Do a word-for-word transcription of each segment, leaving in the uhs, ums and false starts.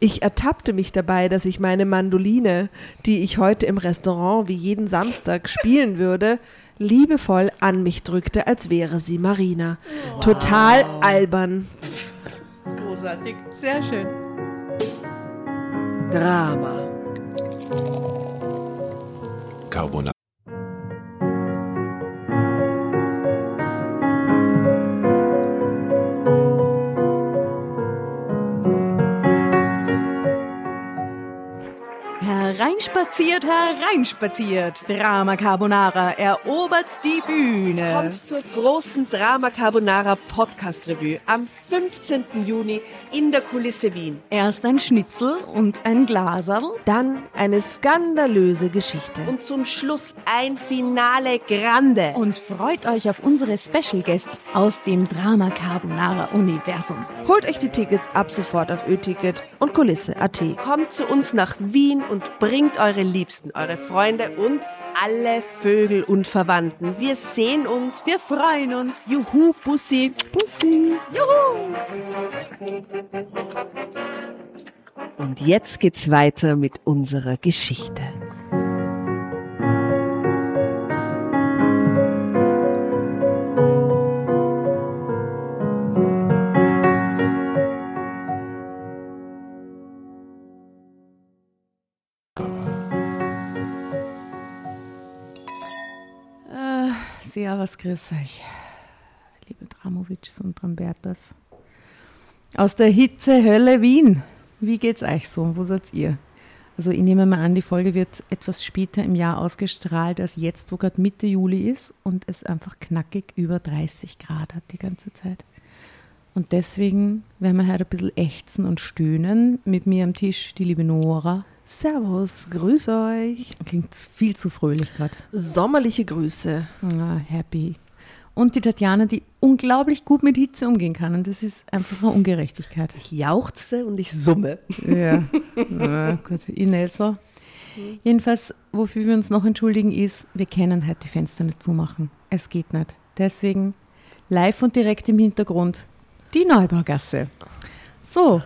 Ich ertappte mich dabei, dass ich meine Mandoline, die ich heute im Restaurant wie jeden Samstag spielen würde, liebevoll an mich drückte, als wäre sie Marina. Wow. Total albern. Großartig, sehr schön. Drama. Carbonara. Hereinspaziert, hereinspaziert. Drama Carbonara erobert die Bühne. Kommt zur großen Drama Carbonara Podcast Revue am fünfzehnten Juni in der Kulisse Wien. Erst ein Schnitzel und ein Glaserl. Dann eine skandalöse Geschichte. Und zum Schluss ein Finale Grande. Und freut euch auf unsere Special Guests aus dem Drama Carbonara Universum. Holt euch die Tickets ab sofort auf Ö-Ticket und Kulisse punkt at. Kommt zu uns nach Wien und bringt eure Liebsten, eure Freunde und alle Vögel und Verwandten. Wir sehen uns. Wir freuen uns. Juhu, Bussi. Bussi. Juhu. Und jetzt geht's weiter mit unserer Geschichte. Servus, grüß euch, liebe Dramovics und Drambertas. Aus der Hitzehölle Wien. Wie geht's euch so? Wo seid ihr? Also ich nehme mal an, die Folge wird etwas später im Jahr ausgestrahlt als jetzt, wo gerade Mitte Juli ist und es einfach knackig über dreißig Grad hat die ganze Zeit. Und deswegen werden wir heute ein bisschen ächzen und stöhnen. Mit mir am Tisch die liebe Nora. Servus, grüß euch. Klingt viel zu fröhlich gerade. Sommerliche Grüße. Ah, happy. Und die Tatjana, die unglaublich gut mit Hitze umgehen kann. Und das ist einfach eine Ungerechtigkeit. Ich jauchze und ich summe. Ja, ah, gut, ich nicht so. Jedenfalls, wofür wir uns noch entschuldigen, ist, wir können halt die Fenster nicht zumachen. Es geht nicht. Deswegen live und direkt im Hintergrund die Neubaugasse. So,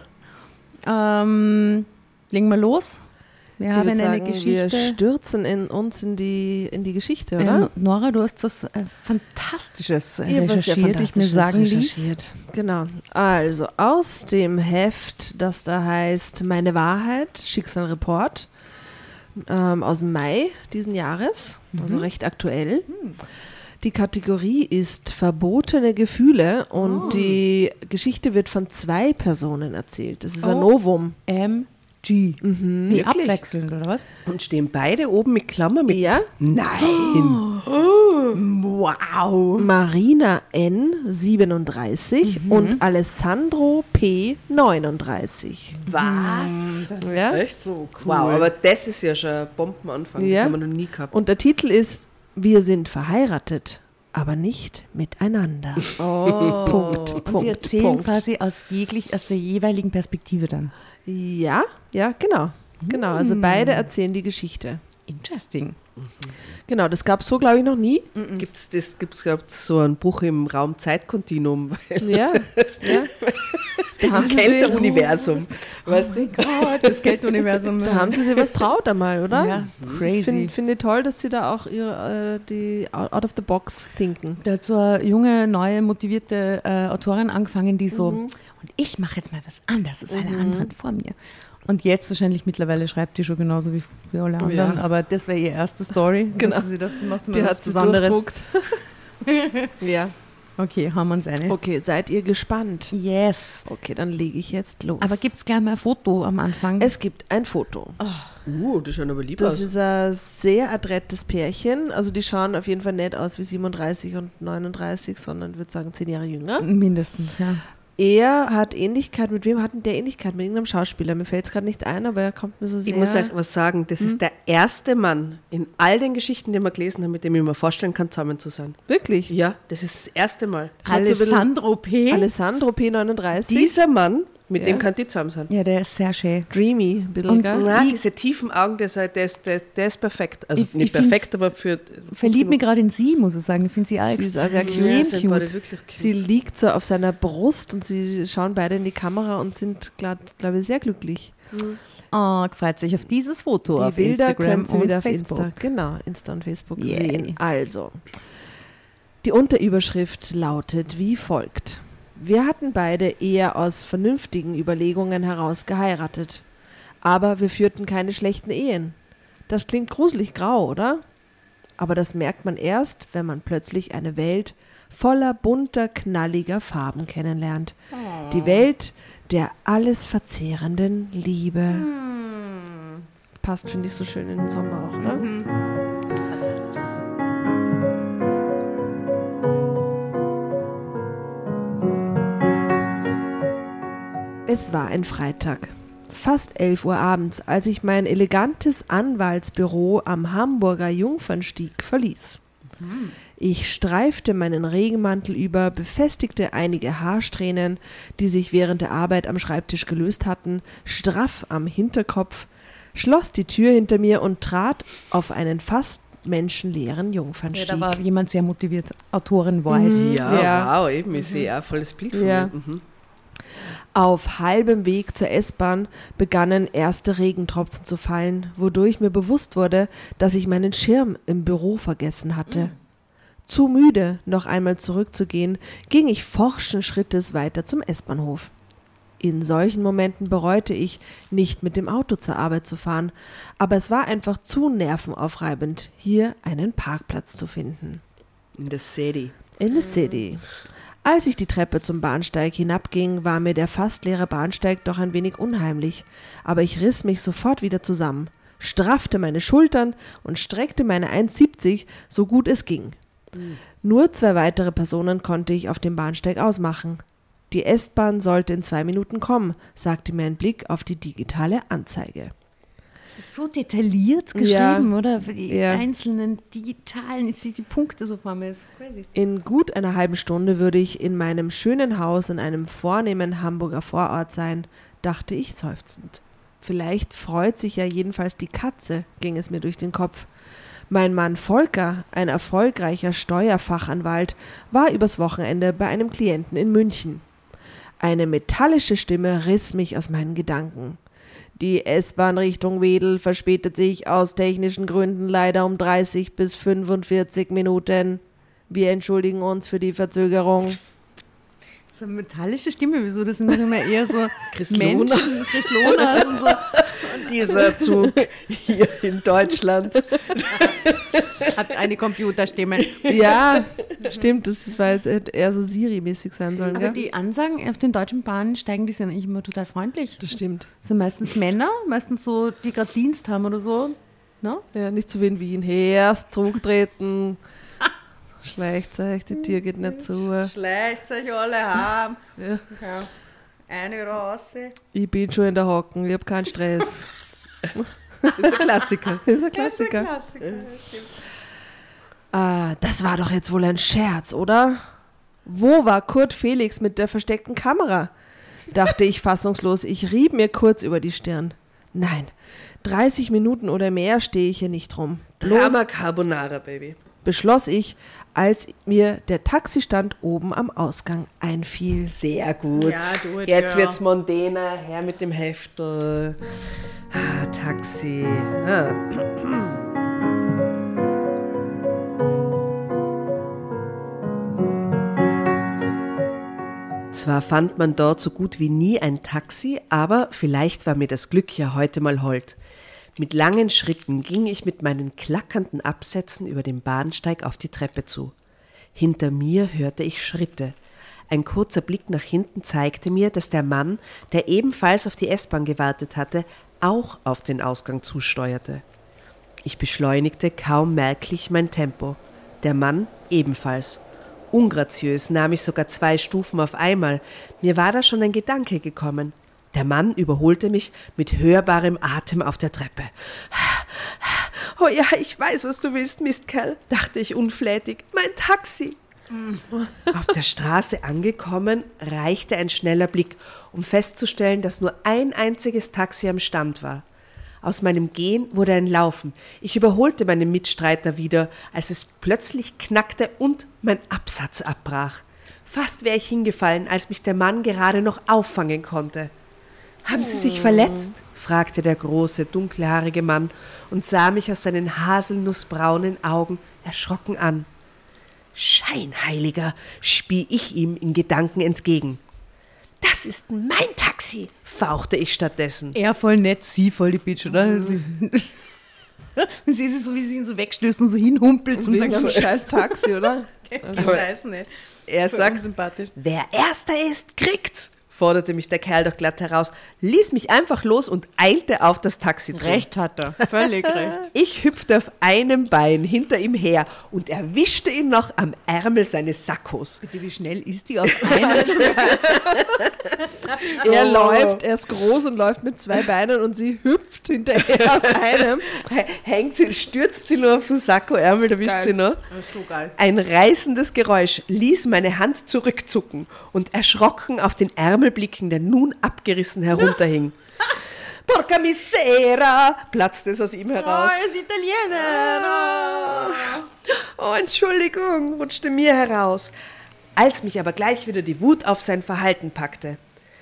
ähm, legen wir los. Wir ich haben eine sagen, Geschichte. Wir stürzen in uns in die, in die Geschichte, oder? Äh, Nora, du hast was äh, Fantastisches äh, Ich habe was sehr recherchiert, ich mir Fantastisches sagen recherchiert. Ließ. Genau. Also aus dem Heft, das da heißt Meine Wahrheit, Schicksalreport, ähm, aus dem Mai diesen Jahres, mhm. also recht aktuell. Mhm. Die Kategorie ist verbotene Gefühle und oh. die Geschichte wird von zwei Personen erzählt. Das ist oh. ein Novum. M G. Mhm, Wie abwechselnd, oder was? Und stehen beide oben mit Klammer mit? Ja. Nein. Oh. Wow. Marina N, siebenunddreißig mhm. und Alessandro P, neununddreißig. Was? Das ja? ist echt so cool. Wow, aber das ist ja schon ein Bombenanfang. Ja. Das haben wir noch nie gehabt. Und der Titel ist Wir sind verheiratet, aber nicht miteinander. Oh. Punkt, Und Punkt, Sie erzählen Punkt. quasi aus, jeglich, aus der jeweiligen Perspektive dann. Ja, ja, genau. Genau, also beide erzählen die Geschichte. Interesting. Mhm. Genau, das gab es so, glaube ich, noch nie. Mhm. Gibt es das, gibt's, gibt's so einen Bruch im Raum-Zeit-Kontinuum? Ja, ja. Da haben sie das Universum. Oh weißt du? Gott, das Gelduniversum. Da haben sie sich was traut einmal, oder? Ja, crazy. Ich finde find ich toll, dass sie da auch ihre, äh, die out of the box denken. Da hat so eine junge, neue, motivierte äh, Autorin angefangen, die so, mhm. und ich mache jetzt mal was anderes als alle mhm. anderen vor mir. Und jetzt wahrscheinlich mittlerweile schreibt die schon genauso wie, wie alle anderen, ja. aber das wäre ihre erste Story. Genau. Sie dachte, sie macht mal die was hat sie Besonderes. durchdruckt. Ja. Okay, haben wir uns eine. Okay, seid ihr gespannt? Yes. Okay, dann lege ich jetzt los. Aber gibt es gleich mal ein Foto am Anfang? Es gibt ein Foto. Oh, uh, das schaut aber lieb das aus. Das ist ein sehr adrettes Pärchen. Also die schauen auf jeden Fall nicht aus wie siebenunddreißig und neununddreißig, sondern ich würde sagen zehn Jahre jünger. Mindestens, ja. Er hat Ähnlichkeit, mit wem hat denn der Ähnlichkeit? Mit irgendeinem Schauspieler. Mir fällt es gerade nicht ein, aber er kommt mir so sehr... Ich muss auch was sagen, das hm? ist der erste Mann in all den Geschichten, die wir gelesen haben, mit dem ich mir vorstellen kann, zusammen zu sein. Wirklich? Ja, das ist das erste Mal. Alessandro P. Alessandro P. neununddreißig. Dieser Mann Mit Ja. dem kann die zusammen sein. Ja, der ist sehr schön. Dreamy, ein bisschen, Und- gell? Nein, Ich- diese tiefen Augen, der ist, der ist, der, der ist perfekt. Also Ich- nicht ich find's- perfekt, aber für... Verliebt mich gerade in sie, muss ich sagen. Ich finde sie auch Sie ist auch sehr extrem Ja, sind beide cute. wirklich cute. Sie liegt so auf seiner Brust und sie schauen beide in die Kamera und sind, glaube ich, sehr glücklich. Oh, freut sich auf dieses Foto Die auf Bilder Instagram könnt ihr und wieder auf Facebook. Insta, genau, Insta und Facebook Yay. sehen. Also, die Unterüberschrift lautet wie folgt. Wir hatten beide eher aus vernünftigen Überlegungen heraus geheiratet. Aber wir führten keine schlechten Ehen. Das klingt gruselig grau, oder? Aber das merkt man erst, wenn man plötzlich eine Welt voller bunter, knalliger Farben kennenlernt. Die Welt der alles verzehrenden Liebe. Passt, finde ich, so schön in den Sommer auch, oder? Es war ein Freitag, fast elf Uhr abends, als ich mein elegantes Anwaltsbüro am Hamburger Jungfernstieg verließ. Ich streifte meinen Regenmantel über, befestigte einige Haarsträhnen, die sich während der Arbeit am Schreibtisch gelöst hatten, straff am Hinterkopf, schloss die Tür hinter mir und trat auf einen fast menschenleeren Ja, Jungfernstieg. da war jemand sehr motiviert. Autorin weiß. Ja, Ja. wow, eben. Ich sehe auch volles Bild von Ja. mir. Mhm. Auf halbem Weg zur S-Bahn begannen erste Regentropfen zu fallen, wodurch mir bewusst wurde, dass ich meinen Schirm im Büro vergessen hatte. Zu müde, noch einmal zurückzugehen, ging ich forschen Schrittes weiter zum S-Bahnhof. In solchen Momenten bereute ich, nicht mit dem Auto zur Arbeit zu fahren, aber es war einfach zu nervenaufreibend, hier einen Parkplatz zu finden. In the city. In the city. Als ich die Treppe zum Bahnsteig hinabging, war mir der fast leere Bahnsteig doch ein wenig unheimlich, aber ich riss mich sofort wieder zusammen, straffte meine Schultern und streckte meine eins siebzig, so gut es ging. Nur zwei weitere Personen konnte ich auf dem Bahnsteig ausmachen. Die S-Bahn sollte in zwei Minuten kommen, sagte mir ein Blick auf die digitale Anzeige. Das ist so detailliert Ja. geschrieben, oder? Für die Ja. einzelnen digitalen, ich sehe die Punkte so vor mir. Das ist crazy. In gut einer halben Stunde würde ich in meinem schönen Haus in einem vornehmen Hamburger Vorort sein, dachte ich seufzend. Vielleicht freut sich ja jedenfalls die Katze, ging es mir durch den Kopf. Mein Mann Volker, ein erfolgreicher Steuerfachanwalt, war übers Wochenende bei einem Klienten in München. Eine metallische Stimme riss mich aus meinen Gedanken. Die S-Bahn Richtung Wedel verspätet sich aus technischen Gründen leider um dreißig bis fünfundvierzig Minuten. Wir entschuldigen uns für die Verzögerung. So eine metallische Stimme, wieso? Das sind doch immer eher so Chris Lohner. Menschen, Chris Lohner und so. Dieser Zug hier in Deutschland. Hat eine Computerstimme. Ja, stimmt, das war jetzt eher so Siri-mäßig sein sollen, Aber gell? die Ansagen auf den deutschen Bahnsteigen, die sind eigentlich immer total freundlich. Das stimmt. Das sind meistens Männer, meistens so, die gerade Dienst haben oder so. No? Ja, nicht so wie in Wien. Erst zurücktreten. Schleicht euch, die Tür geht nicht zu. Schleicht euch alle heim. Ja. Ja. Eine raus. Ich bin schon in der Hocken, ich habe keinen Stress. Das ist ein Klassiker. Das ist ein Klassiker. Ah, das war doch jetzt wohl ein Scherz, oder? Wo war Kurt Felix mit der versteckten Kamera? Dachte ich fassungslos. Ich rieb mir kurz über die Stirn. Nein, dreißig Minuten oder mehr stehe ich hier nicht rum. Bloß Drama Carbonara, Baby. beschloss ich, als mir der Taxistand oben am Ausgang einfiel. Sehr gut. Ja, do it, Jetzt girl. wird's mondäner. Her mit dem Heftel. Ah, Taxi. Ah. Zwar fand man dort so gut wie nie ein Taxi, aber vielleicht war mir das Glück ja heute mal hold. Mit langen Schritten ging ich mit meinen klackernden Absätzen über den Bahnsteig auf die Treppe zu. Hinter mir hörte ich Schritte. Ein kurzer Blick nach hinten zeigte mir, dass der Mann, der ebenfalls auf die S-Bahn gewartet hatte, auch auf den Ausgang zusteuerte. Ich beschleunigte kaum merklich mein Tempo. Der Mann ebenfalls. Ungraziös nahm ich sogar zwei Stufen auf einmal. Mir war da schon ein Gedanke gekommen. Der Mann überholte mich mit hörbarem Atem auf der Treppe. »Oh ja, ich weiß, was du willst, Mistkerl«, dachte ich unflätig. »Mein Taxi!« Auf der Straße angekommen, reichte ein schneller Blick, um festzustellen, dass nur ein einziges Taxi am Stand war. Aus meinem Gehen wurde ein Laufen. Ich überholte meinen Mitstreiter wieder, als es plötzlich knackte und mein Absatz abbrach. Fast wäre ich hingefallen, als mich der Mann gerade noch auffangen konnte. »Haben Sie sich verletzt?« fragte der große, dunkelhaarige Mann und sah mich aus seinen haselnussbraunen Augen erschrocken an. »Scheinheiliger«, spie ich ihm in Gedanken entgegen. »Das ist mein Taxi«, fauchte ich stattdessen. Er voll nett, sie voll die Bitch, oder? Mhm. Sie, sie ist so, wie sie ihn so wegstößt und so hinhumpelt. Und wegen einem scheiß Taxi, oder? Also, Scheiß nicht. Er sagt, sympathisch. »Wer Erster ist, kriegt's«, forderte mich der Kerl doch glatt heraus, ließ mich einfach los und eilte auf das Taxi zu. Recht hat er, völlig recht. Ich hüpfte auf einem Bein hinter ihm her und erwischte ihn noch am Ärmel seines Sakkos. Bitte, wie schnell ist die auf einem? Er Oh. läuft, er ist groß und läuft mit zwei Beinen und sie hüpft hinterher auf einem. Hängt, stürzt sie nur auf den Sakkoärmel, erwischt Geil. sie noch. Das ist so geil. Ein reißendes Geräusch ließ meine Hand zurückzucken und erschrocken auf den Ärmel blicken, der nun abgerissen herunterhing. Porca misera, platzte es aus ihm heraus. er ist Italiener. Oh, Entschuldigung, rutschte mir heraus, als mich aber gleich wieder die Wut auf sein Verhalten packte.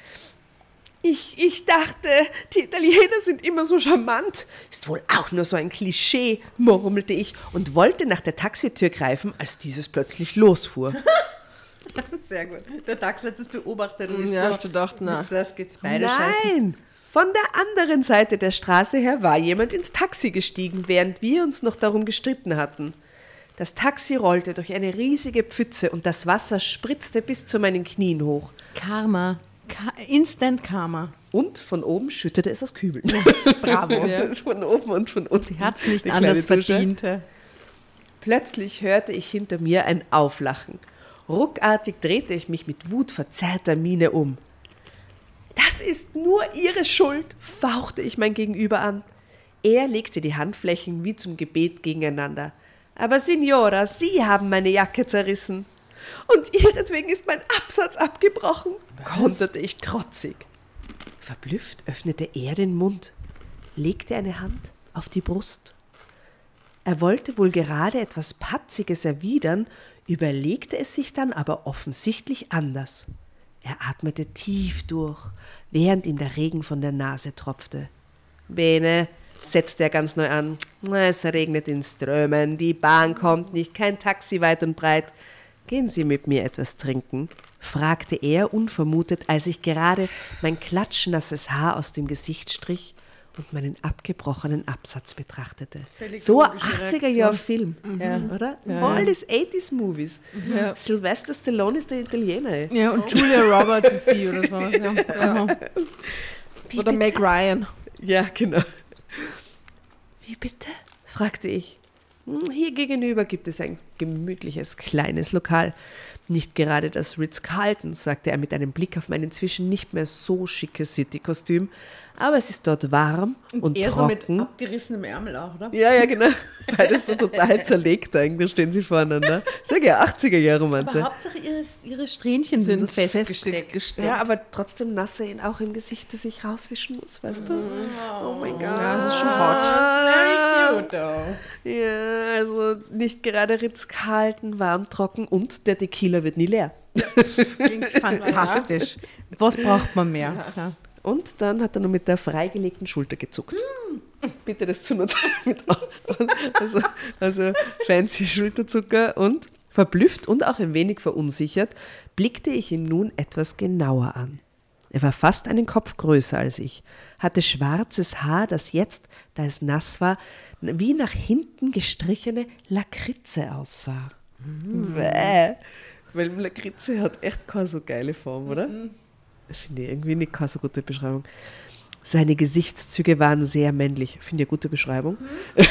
Ich, ich dachte, die Italiener sind immer so charmant. Ist wohl auch nur so ein Klischee, murmelte ich und wollte nach der Taxitür greifen, als dieses plötzlich losfuhr. Sehr gut. Der Taxi hat das beobachtet und ist Ja, so, ich gedacht, na. das geht's beide scheißen. Nein, von der anderen Seite der Straße her war jemand ins Taxi gestiegen, während wir uns noch darum gestritten hatten. Das Taxi rollte durch eine riesige Pfütze und das Wasser spritzte bis zu meinen Knien hoch. Karma. Ka- Instant Karma. Und von oben schüttete es aus Kübeln. Bravo. Ja. Von oben und von unten. Die hat es nicht Die kleine anders Dusche. verdient. ja. Plötzlich hörte ich hinter mir ein Auflachen. Ruckartig drehte ich mich mit wutverzerrter Miene um. »Das ist nur Ihre Schuld«, fauchte ich mein Gegenüber an. Er legte die Handflächen wie zum Gebet gegeneinander. »Aber Signora, Sie haben meine Jacke zerrissen. Und Ihretwegen ist mein Absatz abgebrochen«, konterte ich trotzig. Verblüfft öffnete er den Mund, legte eine Hand auf die Brust. Er wollte wohl gerade etwas Patziges erwidern, überlegte es sich dann aber offensichtlich anders. Er atmete tief durch, während ihm der Regen von der Nase tropfte. »Bene«, setzte er ganz neu an, »es regnet in Strömen, die Bahn kommt nicht, kein Taxi weit und breit. Gehen Sie mit mir etwas trinken?« fragte er unvermutet, als ich gerade mein klatschnasses Haar aus dem Gesicht strich und meinen abgebrochenen Absatz betrachtete. Völlig So ein logische achtziger-Jahr-Film, ja, oder? Ja. Voll des achtziger-Movies. Ja. Sylvester Stallone ist der Italiener. Ey. Ja, und Julia Roberts ist sie oder so. Ja. Ja. Oder Meg Ryan. Ja, genau. Wie bitte? Fragte ich. Hm, Hier gegenüber gibt es ein gemütliches, kleines Lokal. Nicht gerade das Ritz-Carlton, sagte er mit einem Blick auf mein inzwischen nicht mehr so schickes City-Kostüm. Aber es ist dort warm und, Er so mit trocken. abgerissenem Ärmel auch, oder? Ja, ja, genau. Beides so total zerlegt eigentlich, stehen sie voreinander. Sag ja, achtziger-Jahre-Romanze. Aber Hauptsache ihre, ihre Strähnchen sind, Sind so festgesteckt. festgesteckt. Ja, aber trotzdem nasse ihn auch im Gesicht, das ich rauswischen muss, weißt du? Oh mein Gott. Ja, das ist schon hot. Very cute, though. Ja, also nicht gerade Ritz-Carlton, warm, trocken und der Tequila wird nie leer. Klingt fantastisch. Was braucht man mehr? Ja. Und dann hat er nur mit der freigelegten Schulter gezuckt. Bitte das zu nutzen. Mit, also, also fancy Schulterzucker und verblüfft und auch ein wenig verunsichert, blickte ich ihn nun etwas genauer an. Er war fast einen Kopf größer als ich, hatte schwarzes Haar, das jetzt, da es nass war, wie nach hinten gestrichene Lakritze aussah. Mm. Bäh. Weil Lakritze hat echt keine so geile Form, oder? Mm. Finde ich irgendwie nicht keine so gute Beschreibung. Seine Gesichtszüge waren sehr männlich. Finde ich eine gute Beschreibung. Mhm.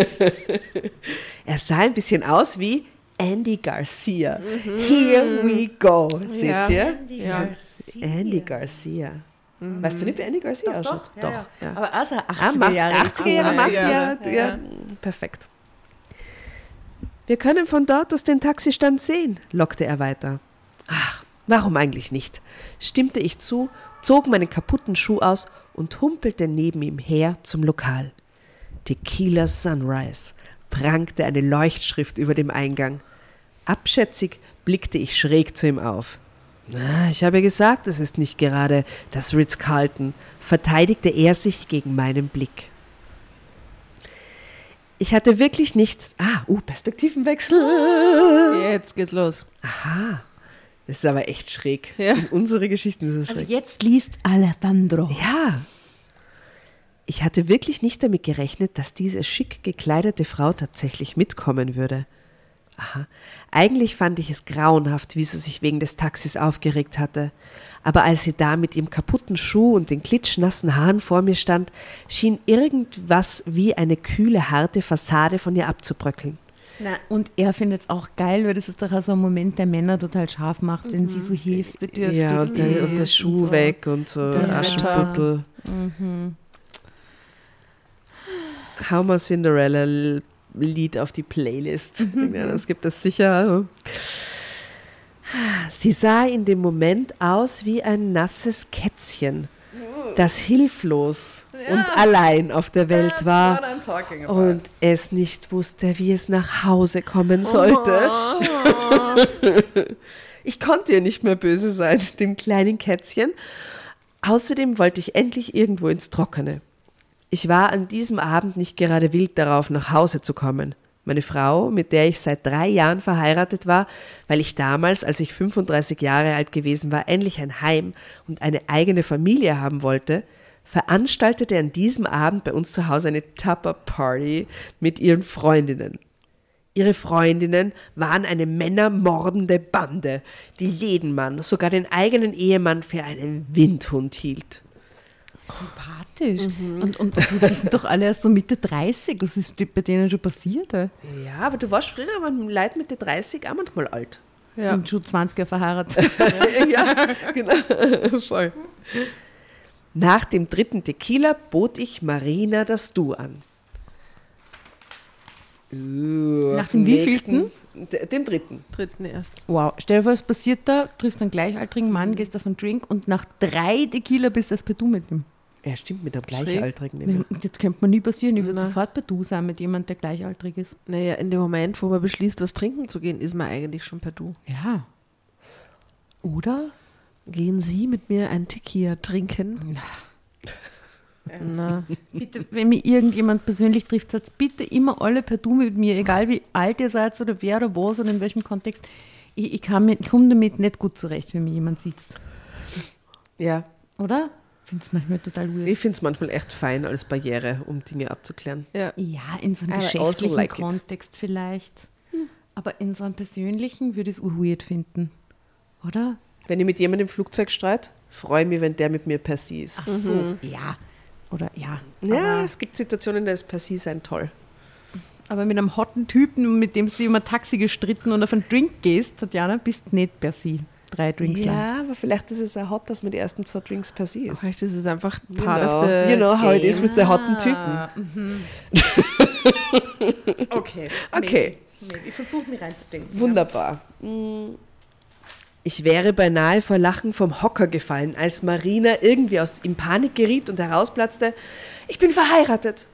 Er sah ein bisschen aus wie Andy Garcia. Mhm. Here we go. Seht Ja. ihr? Andy Ja. Garcia. Andy Garcia. Mhm. Weißt du nicht, wie Andy Garcia Doch, ausschaut? doch, ja, ja. ja. Aber also Ah, achtziger Ma- Jahre. achtziger Jahre Ah, Mafia. ja. Ja, Ja. perfekt. Wir können von dort aus den Taxistand sehen, lockte er weiter. Ach, warum eigentlich nicht? Stimmte ich zu, zog meinen kaputten Schuh aus und humpelte neben ihm her zum Lokal. Tequila Sunrise, prangte eine Leuchtschrift über dem Eingang. Abschätzig blickte ich schräg zu ihm auf. Na, ich habe gesagt, es ist nicht gerade das Ritz-Carlton, verteidigte er sich gegen meinen Blick. Ich hatte wirklich nichts... Ah, uh, Perspektivenwechsel. Jetzt geht's los. Aha, das ist aber echt schräg. Ja. In unsere Geschichten ist es schräg. Also jetzt liest Alejandro. Ja. Ich hatte wirklich nicht damit gerechnet, dass diese schick gekleidete Frau tatsächlich mitkommen würde. Aha. Eigentlich fand ich es grauenhaft, wie sie sich wegen des Taxis aufgeregt hatte. Aber als sie da mit ihrem kaputten Schuh und den klitschnassen Haaren vor mir stand, schien irgendwas wie eine kühle, harte Fassade von ihr abzubröckeln. Na, und er findet es auch geil, weil das ist doch auch so ein Moment, der Männer total scharf macht, wenn sie so hilfsbedürftig Ja, und der, und der ist Schuh so. weg und so Der Aschenputtel. Mhm. Hau mal Cinderella-Lied auf die Playlist. Ja, das gibt es sicher. Sie sah in dem Moment aus wie ein nasses Kätzchen, das hilflos und allein auf der Welt war und es nicht wusste, wie es nach Hause kommen sollte. Ich konnte ihr nicht mehr böse sein, dem kleinen Kätzchen. Außerdem wollte ich endlich irgendwo ins Trockene. Ich war an diesem Abend nicht gerade wild darauf, nach Hause zu kommen. Meine Frau, mit der ich seit drei Jahren verheiratet war, weil ich damals, als ich fünfunddreißig Jahre alt gewesen war, endlich ein Heim und eine eigene Familie haben wollte, veranstaltete an diesem Abend bei uns zu Hause eine Tupper-Party mit ihren Freundinnen. Ihre Freundinnen waren eine männermordende Bande, die jeden Mann, sogar den eigenen Ehemann, für einen Windhund hielt. Sympathisch. Und, und also, die sind doch alle erst so Mitte dreißig. Was ist bei denen schon passiert? Ey? Ja, aber du warst früher aber Leute Mitte dreißig auch manchmal alt. Ja. Und schon zwanzig Jahre verheiratet. Ja, genau. Voll. Nach dem dritten Tequila bot ich Marina das Du an. Uh, Nach dem wievielten? D- Dem dritten. Dritten erst. Wow, stell dir vor, was passiert da? Triffst einen gleichaltrigen Mann, gehst auf einen Drink und nach drei Tequila bist du das per Du mit ihm. Er stimmt mit einem Gleichaltrigen. nämlich. Das könnte man nie passieren. Ich würde Nein. sofort per Du sein mit jemandem, der gleichaltrig ist. Naja, in dem Moment, wo man beschließt, was trinken zu gehen, ist man eigentlich schon per Du. Ja. Oder gehen Sie mit mir ein Tequila trinken? Na. Bitte, wenn mich irgendjemand persönlich trifft, sagt bitte immer alle per Du mit mir, egal wie alt ihr seid oder wer oder was oder in welchem Kontext. Ich, ich, kann mit, ich komme damit nicht gut zurecht, wenn mir jemand sitzt. Ja, Oder? Ich finde es manchmal total weird. ich finde es manchmal echt fein als Barriere, um Dinge abzuklären. Ja. Ja, in so einem I also geschäftlichen like it. Kontext vielleicht. Aber in so einem persönlichen würde ich es weird finden. Oder? Wenn ich mit jemandem im Flugzeug streite, freue ich mich, wenn der mit mir per Sie ist. Ach so, ja. Oder ja. Ja, Aber, es gibt Situationen, da ist per Sie sein toll. aber mit einem hotten Typen, mit dem du immer Taxi gestritten und auf einen Drink gehst, Tatjana, bist nicht per Sie. Drei Drinks lang. Ja, aber vielleicht ist es auch hot, dass man die ersten zwei Drinks per Sie ist. Vielleicht ist es einfach You part know, of the you know how it is game. with the hotten Typen. Okay. Okay, Ich versuche mich reinzudenken. wunderbar. Ich wäre beinahe vor Lachen vom Hocker gefallen, als Marina irgendwie aus in Panik geriet und herausplatzte, ich bin verheiratet.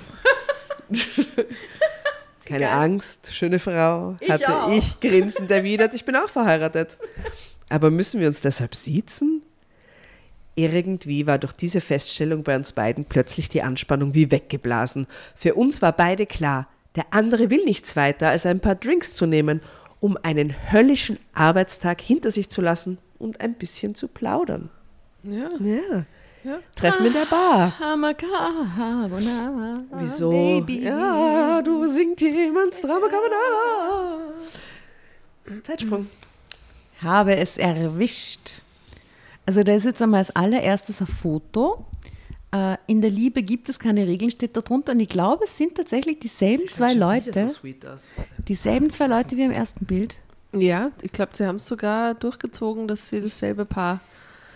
Keine Angst, schöne Frau, hatte auch. ich grinsend erwidert, ich bin auch verheiratet. Aber müssen wir uns deshalb siezen? Irgendwie war durch diese Feststellung bei uns beiden plötzlich die Anspannung wie weggeblasen. Für uns war beide klar, der andere will nichts weiter, als ein paar Drinks zu nehmen, um einen höllischen Arbeitstag hinter sich zu lassen und ein bisschen zu plaudern. Ja. Ja, Ja. Treffen in der Bar. Hamaka, Wieso? Baby. Ja, du singt jemand Drama Carbonara. Zeitsprung. Habe es erwischt. Also da ist jetzt einmal als allererstes ein Foto. Äh, in der Liebe gibt es keine Regeln, steht da drunter. Und ich glaube, es sind tatsächlich dieselben zwei Leute, dieselben zwei Leute wie im ersten Bild. Ja, ich glaube, sie haben es sogar durchgezogen, dass sie dasselbe Paar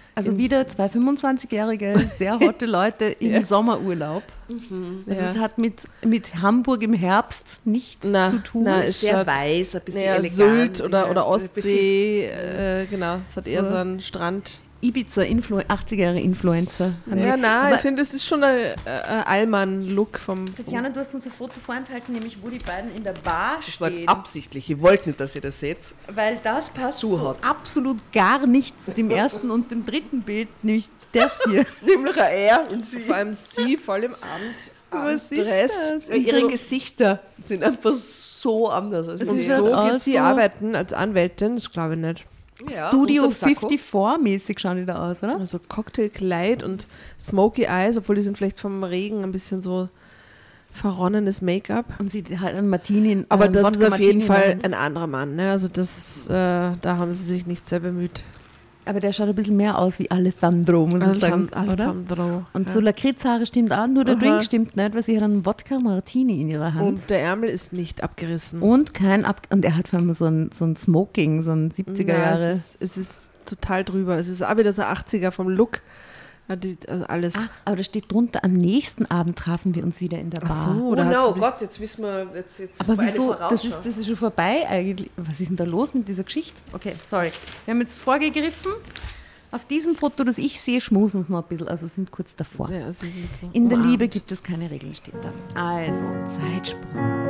Also wieder zwei fünfundzwanzigjährige, sehr hotte Leute im Ja. Sommerurlaub. Mhm. Also Ja. es hat mit, mit Hamburg im Herbst nichts Na, zu tun. na, Ist ist sehr schon- weiß, ein bisschen Naja, elegant. Sylt oder, ja, oder ein Ostsee, äh, genau. Es hat eher So. so einen Strand. Ibiza, Influ- achtziger-Jahre-Influencer. Ja, nein, Aber ich finde, es ist schon ein, äh, ein Allmann-Look vom. Tatjana, du hast uns ein Foto vorenthalten, nämlich wo die beiden in der Bar Das war stehen. absichtlich. Ich wollte nicht, dass ihr das seht. Weil das passt zu so hot. absolut gar nicht zu dem ersten und dem dritten Bild, nämlich das hier. Nämlich ein Er und sie. Vor allem sie voll im Abend. Was ist Dress. das? Ja, ihre so- Gesichter sind einfach so anders. Als Es wir ist sie- ja- So aus geht sie so- arbeiten als Anwältin, das glaube ich nicht. ja, Studio unterm Sakko. vierundfünfzig-mäßig schauen die da aus, oder? Also Cocktailkleid und Smoky Eyes, obwohl die sind vielleicht vom Regen ein bisschen so verronnenes Make-up. Und sie hat einen Martini. Aber ähm, das Wodka ist auf jeden Martini in der Fall Hand. ein anderer Mann. Ne? Also das, äh, da haben sie sich nicht sehr bemüht. Aber der schaut ein bisschen mehr aus wie Alessandro, muss ich sagen, oder? Alejandro. Und ja. so Lakritzhaare stimmt auch, nur der Aha. Drink stimmt nicht, weil sie hat einen Wodka Martini in ihrer Hand. Und der Ärmel ist nicht abgerissen. Und kein Ab und er hat vor allem so ein, so ein Smoking, so ein siebziger Ja, Jahre. Es ist, es ist total drüber. Es ist auch wieder so achtziger vom Look. Ja, die, also alles. Ah, aber da steht drunter, am nächsten Abend trafen wir uns wieder in der Bar. Ach so, Oh oder hat no, sie sich- Gott, jetzt wissen wir, jetzt, jetzt Aber eine wieso? Das Vorausschau. ist, das ist schon vorbei eigentlich. Was ist denn da los mit dieser Geschichte? Okay, sorry. Wir haben jetzt vorgegriffen. Auf diesem Foto, das ich sehe, schmusen sie noch ein bisschen, also sind kurz davor. Ja, sie sind so In der umarmt. Liebe gibt es keine Regeln, steht da. Also, Zeitsprung.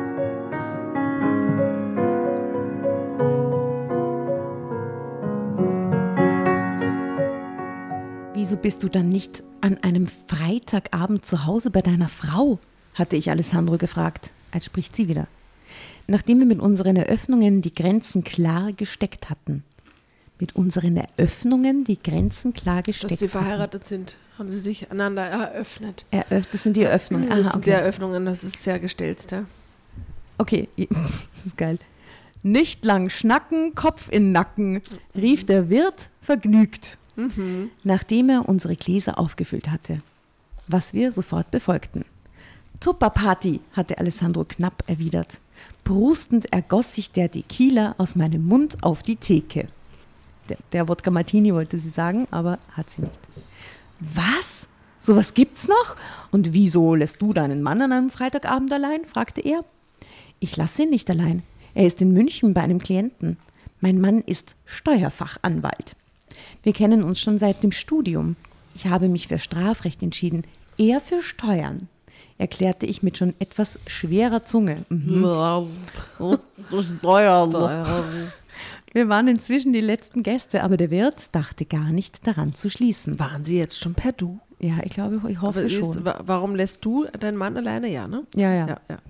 Wieso bist du dann nicht an einem Freitagabend zu Hause bei deiner Frau? Hatte ich Alessandro gefragt. Als spricht sie wieder. Nachdem wir mit unseren Eröffnungen die Grenzen klar gesteckt hatten. Mit unseren Eröffnungen die Grenzen klar gesteckt Dass sie hatten. verheiratet sind, haben sie sich einander eröffnet. Eröff- das sind die Eröffnungen. Das Aha, sind die okay. Eröffnungen, das ist sehr gestelzt, ja. Okay, das ist geil. Nicht lang schnacken, Kopf in Nacken, rief der Wirt vergnügt, Mhm. nachdem er unsere Gläser aufgefüllt hatte, was wir sofort befolgten. Tupperparty, hatte Alessandro knapp erwidert. Prustend ergoss sich der Tequila aus meinem Mund auf die Theke. Der, der Wodka Martini wollte sie sagen, aber hat sie nicht. Was? Sowas gibt's noch? Und wieso lässt du deinen Mann an einem Freitagabend allein? Fragte er. Ich lasse ihn nicht allein. Er ist in München bei einem Klienten. Mein Mann ist Steuerfachanwalt. Wir kennen uns schon seit dem Studium. Ich habe mich für Strafrecht entschieden, er für Steuern, erklärte ich mit schon etwas schwerer Zunge. Mhm. Wir waren inzwischen die letzten Gäste, aber der Wirt dachte gar nicht daran zu schließen. Waren sie jetzt schon per Du? Ja, ich glaube, ich hoffe Aber ist, schon. wa- warum lässt du deinen Mann alleine? Ja, ne? Ja, ja. Ja, ja.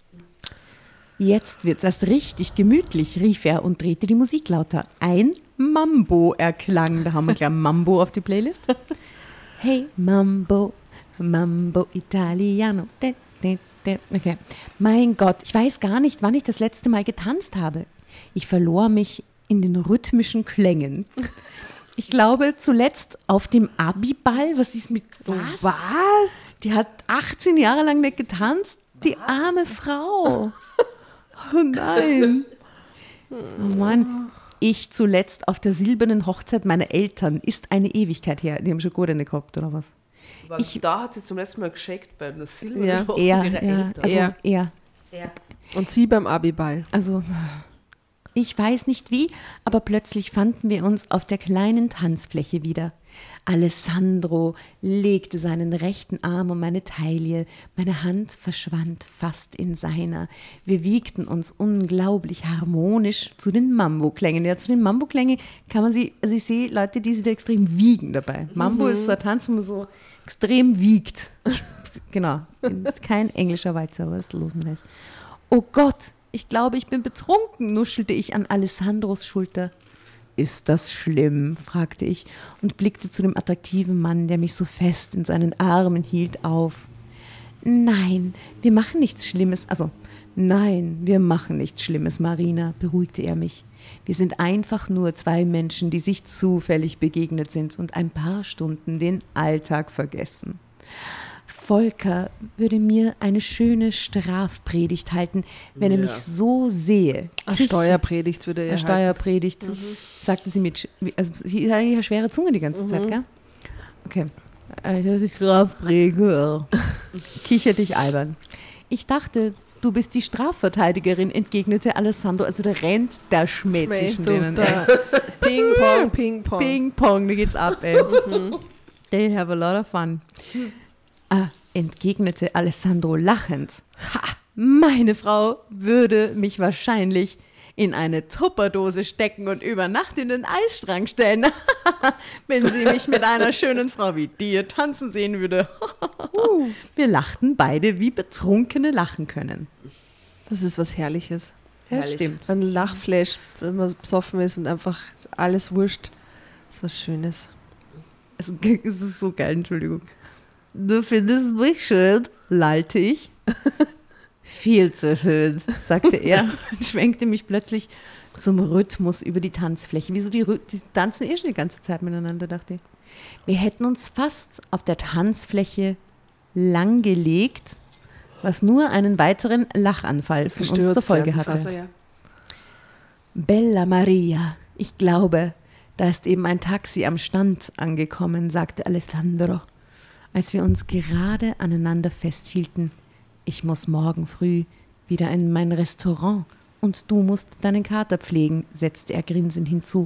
Jetzt wird's erst richtig gemütlich, rief er und drehte die Musik lauter. Ein Mambo erklang. Da haben wir gleich Mambo auf die Playlist. Hey, Mambo, Mambo Italiano. De, de, de. Okay. Mein Gott, ich weiß gar nicht, wann ich das letzte Mal getanzt habe. Ich verlor mich in den rhythmischen Klängen. Ich glaube, zuletzt auf dem Abi-Ball. Was ist mit was? Was? Die hat achtzehn Jahre lang nicht getanzt. Die arme Frau. Oh nein. Oh Mann. Ich zuletzt auf der silbernen Hochzeit meiner Eltern. Ist eine Ewigkeit her. Die haben schon gut eine gehabt, oder was? Ich, da hat sie zum letzten Mal geschickt bei einer Silber Ja, Hochzeit Er, ihrer ja, Eltern. also Er. er. Und sie beim Abiball. Also, ich weiß nicht wie, aber plötzlich fanden wir uns auf der kleinen Tanzfläche wieder. Alessandro legte seinen rechten Arm um meine Taille, meine Hand verschwand fast in seiner. Wir wiegten uns unglaublich harmonisch zu den Mambo-Klängen. Ja, zu den Mambo-Klängen kann man sie, also ich sehe Leute, die sich da extrem wiegen dabei. Mambo ist so ein Tanz, wo man so extrem wiegt. Genau, ist kein englischer Walzer, aber was ist los mit euch? Oh Gott, ich glaube, ich bin betrunken, nuschelte ich an Alessandros Schulter. Ist das schlimm? Fragte ich und blickte zu dem attraktiven Mann, der mich so fest in seinen Armen hielt, auf. Nein, wir machen nichts Schlimmes. Also, nein, wir machen nichts Schlimmes, Marina, beruhigte er mich. Wir sind einfach nur zwei Menschen, die sich zufällig begegnet sind und ein paar Stunden den Alltag vergessen. Volker würde mir eine schöne Strafpredigt halten, wenn er Ja. mich so sehe. Eine Küche- Steuerpredigt würde er Eine Steuerpredigt, Mhm. sagte sie mit, sch- wie- also sie hat eigentlich eine schwere Zunge die ganze Zeit, gell? Okay. Also die Strafpredigt, kicher dich albern. Ich dachte, du bist die Strafverteidigerin, entgegnete Alessandro. Also da rennt der Schmäh zwischen denen. ey. Ping, Pong, Ping, Pong. Ping Pong, da geht's ab, ey. They have a lot of fun. Ah, entgegnete Alessandro lachend. Ha, meine Frau würde mich wahrscheinlich in eine Tupperdose stecken und über Nacht in den Eisstrang stellen, wenn sie mich mit einer schönen Frau wie dir tanzen sehen würde. Wir lachten beide, wie Betrunkene lachen können. Das ist was Herrliches. Ja, Herrlich. stimmt. Ein Lachflash, wenn man besoffen ist und einfach alles wurscht. Das ist was Schönes. Es es ist so geil, Entschuldigung. Du findest mich schön, lallte ich. Viel zu schön, sagte er und schwenkte mich plötzlich zum Rhythmus über die Tanzfläche. Wieso die, Rhy- die tanzen eh schon die ganze Zeit miteinander, dachte ich. Wir hätten uns fast auf der Tanzfläche langgelegt, was nur einen weiteren Lachanfall von uns Gestürzt zur Folge werden sie hatte. fast. ja. Bella Maria, ich glaube, da ist eben ein Taxi am Stand angekommen, sagte Alessandro, als wir uns gerade aneinander festhielten. Ich muss morgen früh wieder in mein Restaurant und du musst deinen Kater pflegen, setzte er grinsend hinzu.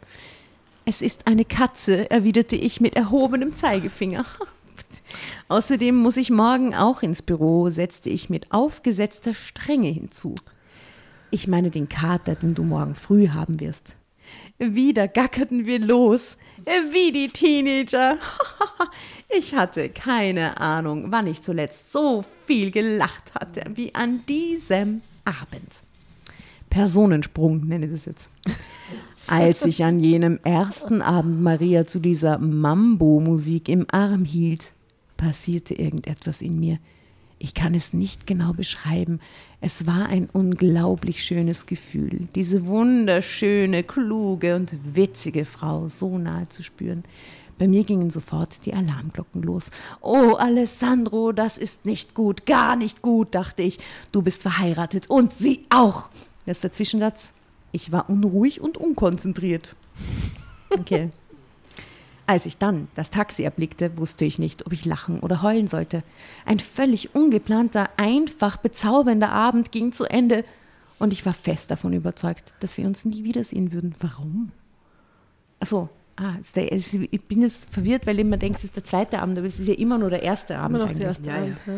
Es ist eine Katze, erwiderte ich mit erhobenem Zeigefinger. Außerdem muss ich morgen auch ins Büro, setzte ich mit aufgesetzter Strenge hinzu. Ich meine den Kater, den du morgen früh haben wirst. Wieder gackerten wir los, wie die Teenager. Ich hatte keine Ahnung, wann ich zuletzt so viel gelacht hatte wie an diesem Abend. Personensprung nenne ich das jetzt. Als ich an jenem ersten Abend Maria zu dieser Mambo-Musik im Arm hielt, passierte irgendetwas in mir. Ich kann es nicht genau beschreiben. Es war ein unglaublich schönes Gefühl, diese wunderschöne, kluge und witzige Frau so nahe zu spüren. Bei mir gingen sofort die Alarmglocken los. Oh, Alessandro, das ist nicht gut, gar nicht gut, dachte ich. Du bist verheiratet und sie auch. Das ist der Zwischensatz. Ich war unruhig und unkonzentriert. Okay. Als ich dann das Taxi erblickte, wusste ich nicht, ob ich lachen oder heulen sollte. Ein völlig ungeplanter, einfach bezaubernder Abend ging zu Ende und ich war fest davon überzeugt, dass wir uns nie wiedersehen würden. Warum? Achso, ah, ist der, ist, ich bin jetzt verwirrt, weil ich immer denke, es ist der zweite Abend, aber es ist ja immer nur der erste Abend. Immer noch eigentlich. der erste Ja, Abend. Ja.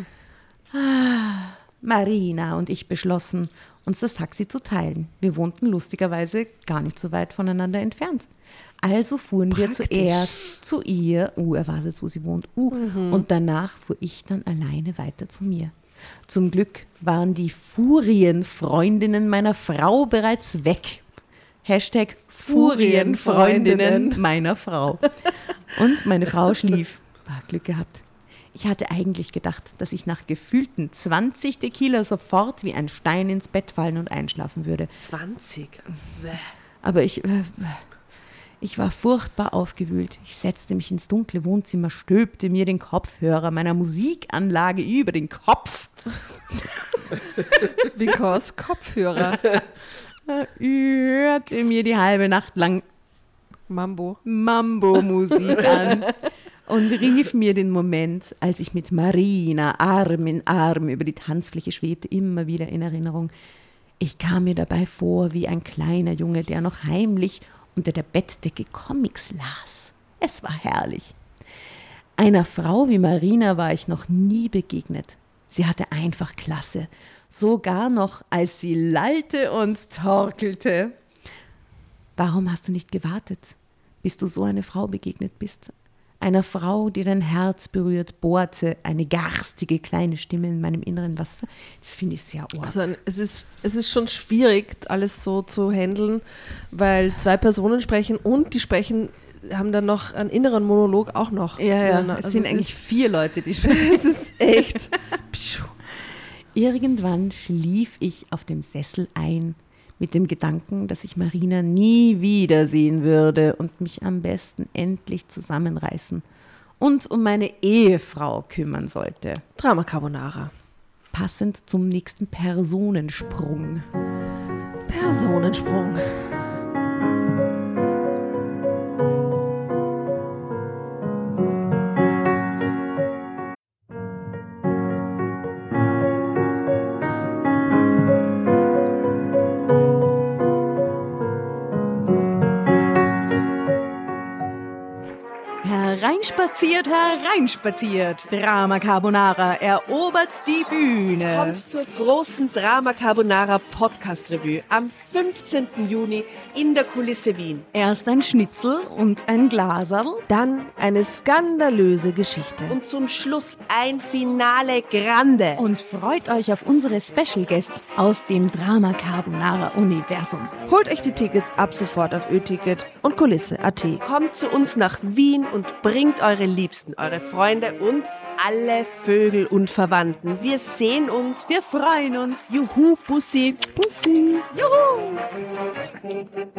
Ah, Marina und ich beschlossen, uns das Taxi zu teilen. Wir wohnten lustigerweise gar nicht so weit voneinander entfernt. Also fuhren wir Praktisch. zuerst zu ihr, uh, er weiß jetzt, wo sie wohnt, uh, und danach fuhr ich dann alleine weiter zu mir. Zum Glück waren die Furienfreundinnen meiner Frau bereits weg. Hashtag Furienfreundinnen meiner Frau. Und meine Frau schlief. War Glück gehabt. Ich hatte eigentlich gedacht, dass ich nach gefühlten zwanzig Tequila sofort wie ein Stein ins Bett fallen und einschlafen würde. zwanzig. Aber ich, äh, ich war furchtbar aufgewühlt. Ich setzte mich ins dunkle Wohnzimmer, stülpte mir den Kopfhörer meiner Musikanlage über den Kopf. Because Kopfhörer. Hörte mir die halbe Nacht lang Mambo. Mambo-Musik an und rief mir den Moment, als ich mit Marina Arm in Arm über die Tanzfläche schwebte, immer wieder in Erinnerung. Ich kam mir dabei vor wie ein kleiner Junge, der noch heimlich unter der Bettdecke Comics las. Es war herrlich. Einer Frau wie Marina war ich noch nie begegnet. Sie hatte einfach Klasse, sogar noch, als sie lallte und torkelte. Warum hast du nicht gewartet, bis du so eine Frau begegnet bist? Einer Frau, die dein Herz berührt, bohrte eine garstige kleine Stimme in meinem Inneren. Was für, das finde ich sehr arg. Also ein- es ist, es ist schon schwierig, alles so zu handeln, weil zwei Personen sprechen und die sprechen, haben dann noch einen inneren Monolog auch noch. Ja, ja, miteinander. es Also sind es eigentlich ist, vier Leute, die sprechen. es ist echt. Pschuh. Irgendwann schlief ich auf dem Sessel ein, mit dem Gedanken, dass ich Marina nie wiedersehen würde und mich am besten endlich zusammenreißen und um meine Ehefrau kümmern sollte. Drama Carbonara. Passend zum nächsten Personensprung. Personensprung. Hereinspaziert, hereinspaziert. Drama Carbonara erobert die Bühne. Kommt zur großen Drama Carbonara Podcast Revue am fünfzehnten Juni in der Kulisse Wien. Erst ein Schnitzel und ein Glaserl. Dann eine skandalöse Geschichte. Und zum Schluss ein Finale Grande. Und freut euch auf unsere Special Guests aus dem Drama Carbonara Universum. Holt euch die Tickets ab sofort auf Ö-Ticket und Kulisse Punkt at. Kommt zu uns nach Wien und bringt eure Liebsten, eure Freunde und alle Vögel und Verwandten. Wir sehen uns. Wir freuen uns. Juhu, Bussi. Bussi. Juhu.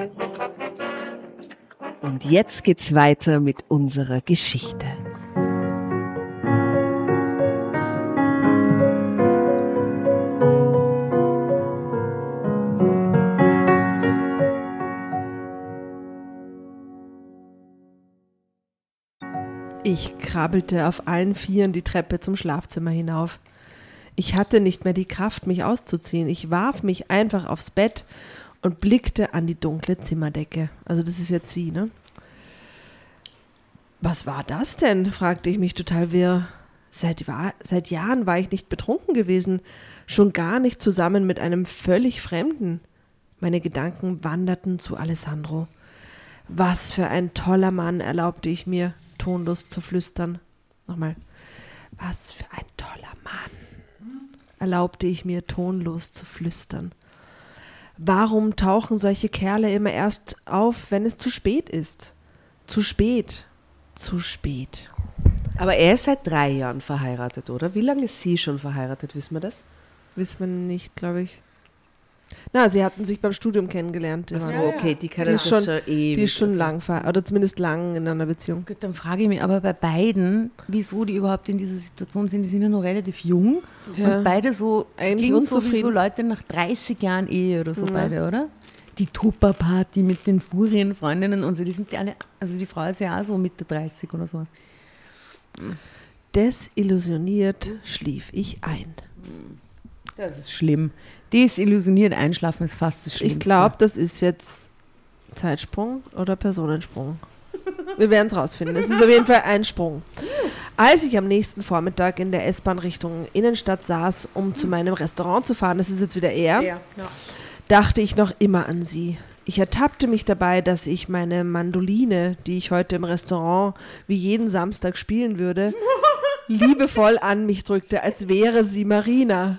Und jetzt geht's weiter mit unserer Geschichte. Ich krabbelte auf allen Vieren die Treppe zum Schlafzimmer hinauf. Ich hatte nicht mehr die Kraft, mich auszuziehen. Ich warf mich einfach aufs Bett und blickte an die dunkle Zimmerdecke. Also das ist jetzt sie, ne? Was war das denn? Fragte ich mich total wirr. Seit, seit Jahren war ich nicht betrunken gewesen, schon gar nicht zusammen mit einem völlig Fremden. Meine Gedanken wanderten zu Alessandro. Was für ein toller Mann, erlaubte ich mir, tonlos zu flüstern. Nochmal. Was für ein toller Mann, erlaubte ich mir, tonlos zu flüstern. Warum tauchen solche Kerle immer erst auf, wenn es zu spät ist? Zu spät, zu spät. Aber er ist seit drei Jahren verheiratet, oder? Wie lange ist sie schon verheiratet, wissen wir das? Wissen wir nicht, glaube ich. Na, sie hatten sich beim Studium kennengelernt. Ach so, Ja, okay, die kennen die ist sich schon, schon ewig. die ist schon okay. lang, ver- oder zumindest lang in einer Beziehung. Gut, dann frage ich mich aber bei beiden, wieso die überhaupt in dieser Situation sind. Die sind ja noch relativ jung Ja. und beide so, das Eigentlich klingt so wie unzufrieden. so Leute nach dreißig Jahren Ehe oder so Ja. beide, oder? Die Tupper-Party mit den Furienfreundinnen und so, die sind ja alle, also die Frau ist ja auch so Mitte dreißig oder sowas. Desillusioniert schlief ich ein. Das ist schlimm. Desillusioniert einschlafen ist fast das Schlimmste. Ich glaube, das ist jetzt Zeitsprung oder Personensprung. Wir werden es rausfinden. Es ist auf jeden Fall ein Sprung. Als ich am nächsten Vormittag in der S-Bahn Richtung Innenstadt saß, um zu meinem Restaurant zu fahren, das ist jetzt wieder er, Ja, ja. dachte ich noch immer an sie. Ich ertappte mich dabei, dass ich meine Mandoline, die ich heute im Restaurant wie jeden Samstag spielen würde, liebevoll an mich drückte, als wäre sie Marina.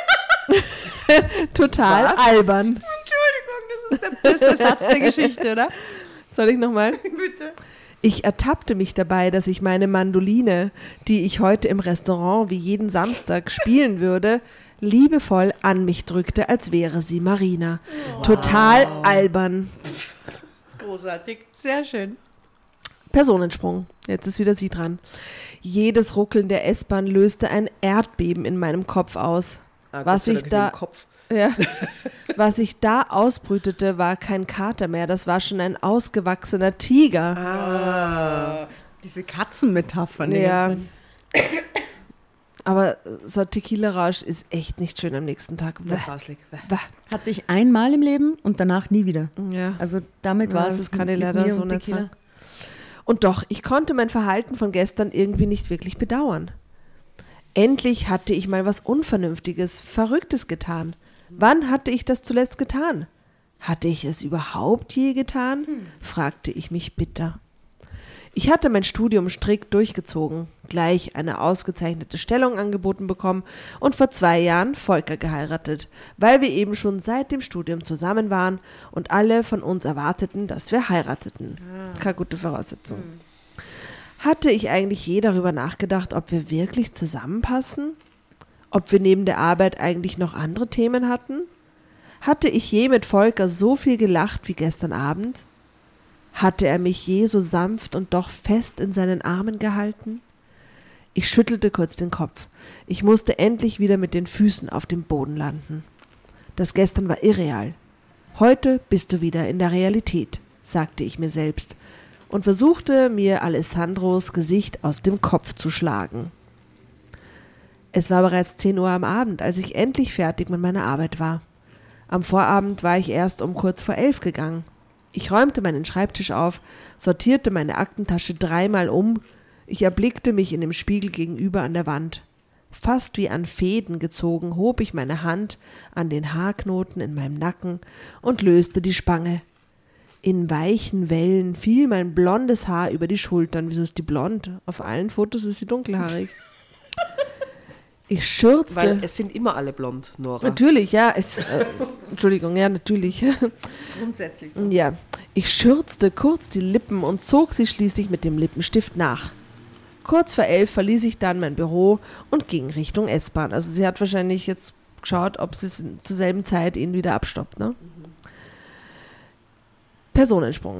Total Was? albern. Entschuldigung, das ist der beste Satz der Geschichte, oder? Soll ich nochmal? Bitte. Ich ertappte mich dabei, dass ich meine Mandoline, die ich heute im Restaurant wie jeden Samstag spielen würde, liebevoll an mich drückte, als wäre sie Marina. Wow. Total albern. Großartig, sehr schön. Personensprung. Jetzt ist wieder sie dran. Jedes Ruckeln der S-Bahn löste ein Erdbeben in meinem Kopf aus. Ah, Was Gott sei ich Dank da- im Kopf. Ja. Was ich da ausbrütete, war kein Kater mehr. Das war schon ein ausgewachsener Tiger. Ah. Diese Katzenmetaphern. die Ja. ganzen- Aber so ein Tequila-Rausch ist echt nicht schön am nächsten Tag. Bäh. Grauslig. Bäh. Hatte ich einmal im Leben und danach nie wieder. Ja. Also damit Ja, war das es kann mit ich leider mir so und nicht Tequila. sagen. Und doch, ich konnte mein Verhalten von gestern irgendwie nicht wirklich bedauern. Endlich hatte ich mal was Unvernünftiges, Verrücktes getan. Wann hatte ich das zuletzt getan? Hatte ich es überhaupt je getan? Fragte ich mich bitter. Ich hatte mein Studium strikt durchgezogen, gleich eine ausgezeichnete Stellung angeboten bekommen und vor zwei Jahren Volker geheiratet, weil wir eben schon seit dem Studium zusammen waren und alle von uns erwarteten, dass wir heirateten. Keine gute Voraussetzung. Hatte ich eigentlich je darüber nachgedacht, ob wir wirklich zusammenpassen? Ob wir neben der Arbeit eigentlich noch andere Themen hatten? Hatte ich je mit Volker so viel gelacht wie gestern Abend? Hatte er mich je so sanft und doch fest in seinen Armen gehalten? Ich schüttelte kurz den Kopf. Ich musste endlich wieder mit den Füßen auf dem Boden landen. Das Gestern war irreal. Heute bist du wieder in der Realität, sagte ich mir selbst und versuchte, mir Alessandros Gesicht aus dem Kopf zu schlagen. Es war bereits zehn Uhr am Abend, als ich endlich fertig mit meiner Arbeit war. Am Vorabend war ich erst um kurz vor elf gegangen. Ich räumte meinen Schreibtisch auf, sortierte meine Aktentasche dreimal um. Ich erblickte mich in dem Spiegel gegenüber an der Wand. Fast wie an Fäden gezogen, hob ich meine Hand an den Haarknoten in meinem Nacken und löste die Spange. In weichen Wellen fiel mein blondes Haar über die Schultern. Wieso ist die blond? Auf allen Fotos ist sie dunkelhaarig. Ich schürzte. Weil es sind immer alle blond, Nora. Natürlich, ja. Es, äh, Entschuldigung, ja, natürlich. Das ist grundsätzlich so. Ja. Ich schürzte kurz die Lippen und zog sie schließlich mit dem Lippenstift nach. Kurz vor elf verließ ich dann mein Büro und ging Richtung S-Bahn. Also sie hat wahrscheinlich jetzt geschaut, ob sie zur selben Zeit ihn wieder abstoppt. Ne? Mhm. Personensprung.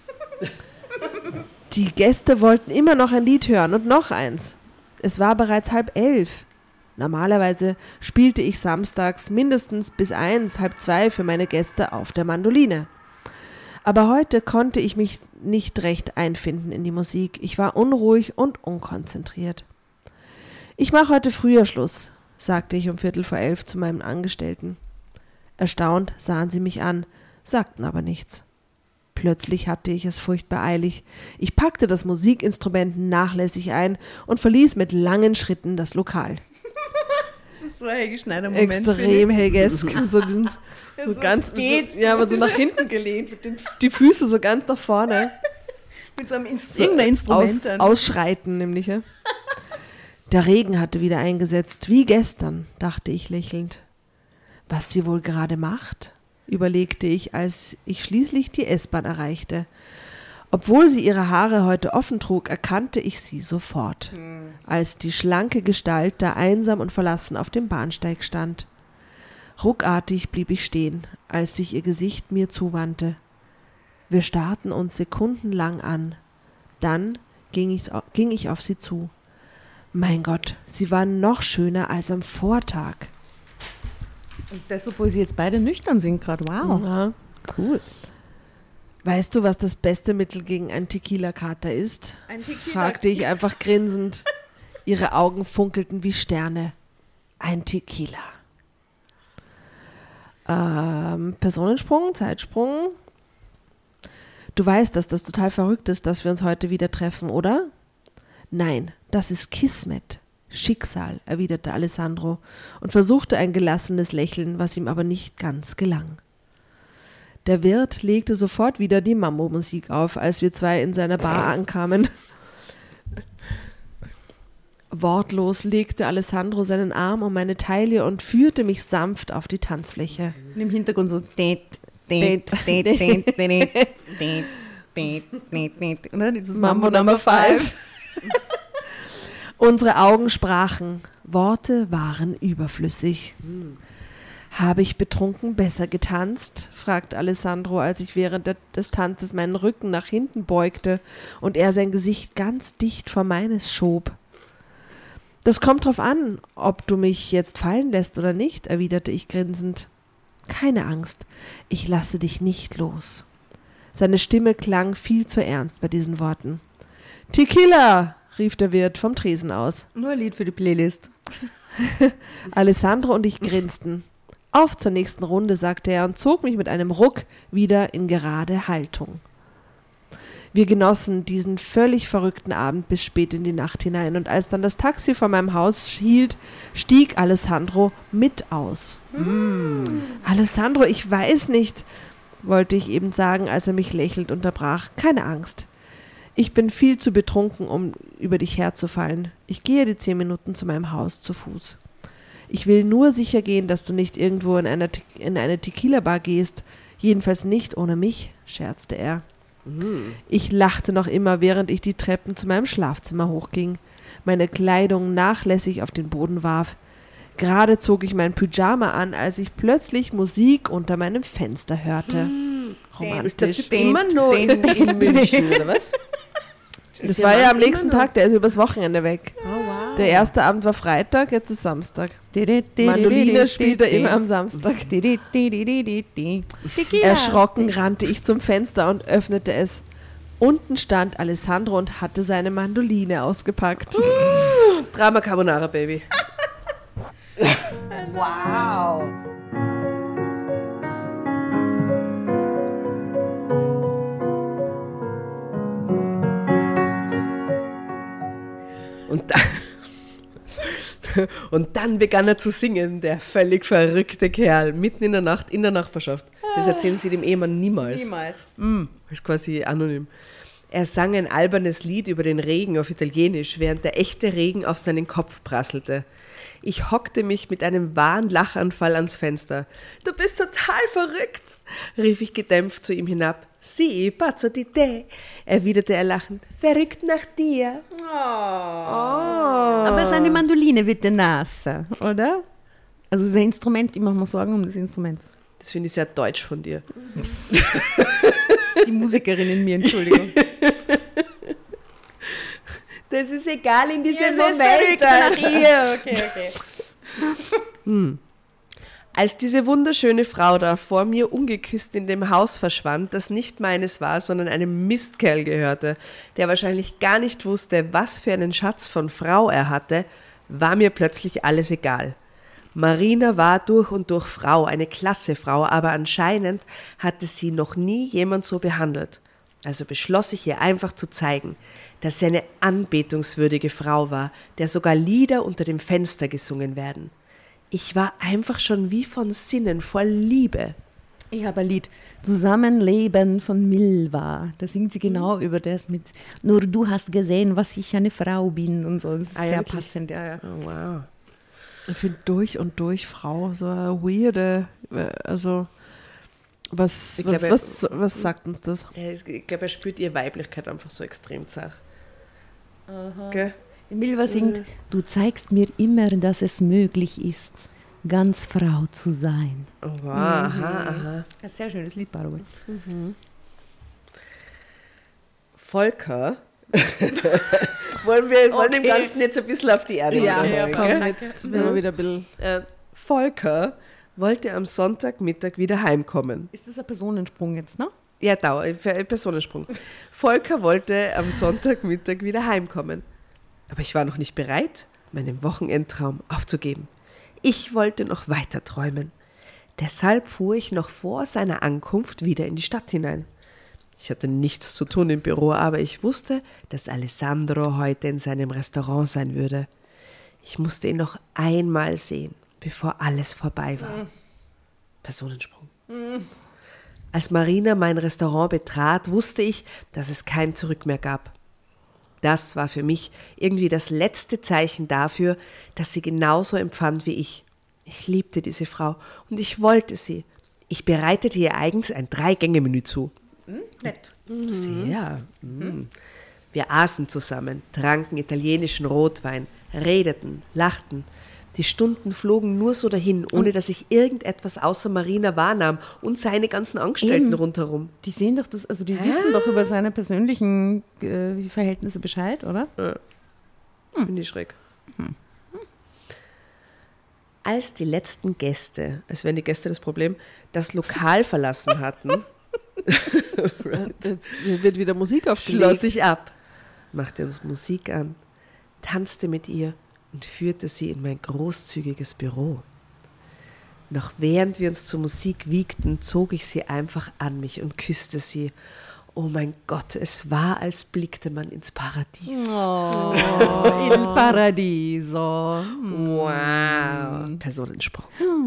Die Gäste wollten immer noch ein Lied hören und noch eins. Es war bereits halb elf. Normalerweise spielte ich samstags mindestens bis eins, halb zwei für meine Gäste auf der Mandoline. Aber heute konnte ich mich nicht recht einfinden in die Musik. Ich war unruhig und unkonzentriert. Ich mache heute früher Schluss, sagte ich um Viertel vor elf zu meinem Angestellten. Erstaunt sahen sie mich an, sagten aber nichts. Plötzlich hatte ich es furchtbar eilig. Ich packte das Musikinstrument nachlässig ein und verließ mit langen Schritten das Lokal. Das ist so ein Helge Schneider-Moment. Extrem helgesk. So, diesen, so so ganz, geht. So, ja, aber so nach hinten gelehnt, mit den, die Füße so ganz nach vorne. Mit so einem Inst- So, irgendein Instrument. Aus, ausschreiten nämlich. Ja. Der Regen hatte wieder eingesetzt, wie gestern, dachte ich lächelnd. Was sie wohl gerade macht, überlegte ich, als ich schließlich die S-Bahn erreichte. Obwohl sie ihre Haare heute offen trug, erkannte ich sie sofort, hm. als die schlanke Gestalt da einsam und verlassen auf dem Bahnsteig stand. Ruckartig blieb ich stehen, als sich ihr Gesicht mir zuwandte. Wir starrten uns sekundenlang an. Dann ging ich, ging ich auf sie zu. Mein Gott, sie war noch schöner als am Vortag. Und das, obwohl sie jetzt beide nüchtern sind gerade. Wow. Ja. Cool. Weißt du, was das beste Mittel gegen einen Tequila-Kater ist? Ein Tequila- fragte ich einfach grinsend. Ihre Augen funkelten wie Sterne. Ein Tequila. Ähm, Personensprung, Zeitsprung. Du weißt, dass das total verrückt ist, dass wir uns heute wieder treffen, oder? Nein, das ist Kismet. Schicksal, erwiderte Alessandro und versuchte ein gelassenes Lächeln, was ihm aber nicht ganz gelang. Der Wirt legte sofort wieder die Mambo-Musik auf, als wir zwei in seiner Bar ankamen. Wortlos legte Alessandro seinen Arm um meine Taille und führte mich sanft auf die Tanzfläche. Und im Hintergrund so det, det, det, det, det, det, det, det, oder? Dieses Mambo Number Five. Unsere Augen sprachen, Worte waren überflüssig. Hm. Habe ich betrunken besser getanzt? Fragte Alessandro, als ich während de- des Tanzes meinen Rücken nach hinten beugte und er sein Gesicht ganz dicht vor meines schob. Das kommt drauf an, ob du mich jetzt fallen lässt oder nicht, erwiderte ich grinsend. Keine Angst, ich lasse dich nicht los. Seine Stimme klang viel zu ernst bei diesen Worten. Tequila! Rief der Wirt vom Tresen aus. Nur ein Lied für die Playlist. Alessandro und ich grinsten. Auf zur nächsten Runde, sagte er und zog mich mit einem Ruck wieder in gerade Haltung. Wir genossen diesen völlig verrückten Abend bis spät in die Nacht hinein und als dann das Taxi vor meinem Haus hielt, stieg Alessandro mit aus. Mm. Alessandro, ich weiß nicht, wollte ich eben sagen, als er mich lächelnd unterbrach. Keine Angst. Ich bin viel zu betrunken, um über dich herzufallen. Ich gehe die zehn Minuten zu meinem Haus zu Fuß. Ich will nur sicher gehen, dass du nicht irgendwo in, einer Te- in eine Tequila-Bar gehst. Jedenfalls nicht ohne mich, scherzte er. Mhm. Ich lachte noch immer, während ich die Treppen zu meinem Schlafzimmer hochging, meine Kleidung nachlässig auf den Boden warf. Gerade zog ich mein Pyjama an, als ich plötzlich Musik unter meinem Fenster hörte. Mhm. romantisch. Immer noch in München, oder was? Das Ist war Mann ja am immer nächsten noch- Tag, der ist übers Wochenende weg. Oh, wow. Der erste Abend war Freitag, jetzt ist Samstag. Mandoline spielt er immer am Samstag. Erschrocken rannte ich zum Fenster und öffnete es. Unten stand Alessandro und hatte seine Mandoline ausgepackt. Drama Carbonara, Baby. Wow. Und dann, und dann begann er zu singen, der völlig verrückte Kerl, mitten in der Nacht in der Nachbarschaft. Das erzählen sie dem Ehemann niemals. Niemals. Mm, ist quasi anonym. Er sang ein albernes Lied über den Regen auf Italienisch, während der echte Regen auf seinen Kopf prasselte. Ich hockte mich mit einem wahren Lachanfall ans Fenster. »Du bist total verrückt«, rief ich gedämpft zu ihm hinab. »Si, pazzo di te«, erwiderte er lachend. »Verrückt nach dir.« Aber seine Mandoline wird der Nase, oder? Also sein Instrument, ich mache mir Sorgen um das Instrument. Das finde ich sehr deutsch von dir. Das ist die Musikerin in mir, Entschuldigung. Das ist egal in diesem Ihr seid verrückt nach ihr. Okay, okay. Als diese wunderschöne Frau da vor mir ungeküsst in dem Haus verschwand, das nicht meines war, sondern einem Mistkerl gehörte, der wahrscheinlich gar nicht wusste, was für einen Schatz von Frau er hatte, war mir plötzlich alles egal. Marina war durch und durch Frau, eine klasse Frau, aber anscheinend hatte sie noch nie jemand so behandelt. Also beschloss ich ihr einfach zu zeigen, dass sie eine anbetungswürdige Frau war, der sogar Lieder unter dem Fenster gesungen werden. Ich war einfach schon wie von Sinnen voll Liebe. Ich habe ein Lied, Zusammenleben von Milva. Da singt sie genau mhm. über das mit, nur du hast gesehen, was ich eine Frau bin und so. Das ist Ah, ja, sehr wirklich? passend, ja, ja. Oh, wow. Ich finde durch und durch Frau so eine weirde, äh, also was, Ich was, glaube, was, was sagt uns das? Ja, ich glaube, er spürt ihre Weiblichkeit einfach so extrem zart. Gell? Milva singt, du zeigst mir immer, dass es möglich ist, ganz Frau zu sein. Oh, wow, aha, aha. Ein sehr schönes Lied, by the way. Volker, wollen wir wollen dem Okay. Ganzen jetzt ein bisschen auf die Erde Ja, wieder ja, holen, komm, gell? jetzt werden wir wieder ein bisschen. Äh, Volker wollte am Sonntagmittag wieder heimkommen. Ist das ein Personensprung jetzt, ne? Ja, Dauer, für einen Personensprung. Volker wollte am Sonntagmittag wieder heimkommen. Aber ich war noch nicht bereit, meinen Wochenendtraum aufzugeben. Ich wollte noch weiter träumen. Deshalb fuhr ich noch vor seiner Ankunft wieder in die Stadt hinein. Ich hatte nichts zu tun im Büro, aber ich wusste, dass Alessandro heute in seinem Restaurant sein würde. Ich musste ihn noch einmal sehen, bevor alles vorbei war. Personensprung. Als Marina mein Restaurant betrat, wusste ich, dass es kein Zurück mehr gab. Das war für mich irgendwie das letzte Zeichen dafür, dass sie genauso empfand wie ich. Ich liebte diese Frau und ich wollte sie. Ich bereitete ihr eigens ein Drei-Gänge-Menü zu. Nett. Sehr. Mm. Wir aßen zusammen, tranken italienischen Rotwein, redeten, lachten. Die Stunden flogen nur so dahin, ohne dass ich irgendetwas außer Marina wahrnahm und seine ganzen Angestellten Eben. rundherum. Die sehen doch das, also die wissen doch über seine persönlichen äh, Verhältnisse Bescheid, oder? Finde ich schräg. Als die letzten Gäste, als wären die Gäste das Problem, das Lokal verlassen hatten, Jetzt wird wieder Musik aufgelegt. schloss ich ab, machte uns Musik an, tanzte mit ihr und führte sie in mein großzügiges Büro. Noch während wir uns zur Musik wiegten, zog ich sie einfach an mich und küsste sie. Oh mein Gott, es war, als blickte man ins Paradies. Oh, il Paradiso. Wow. Personensprung.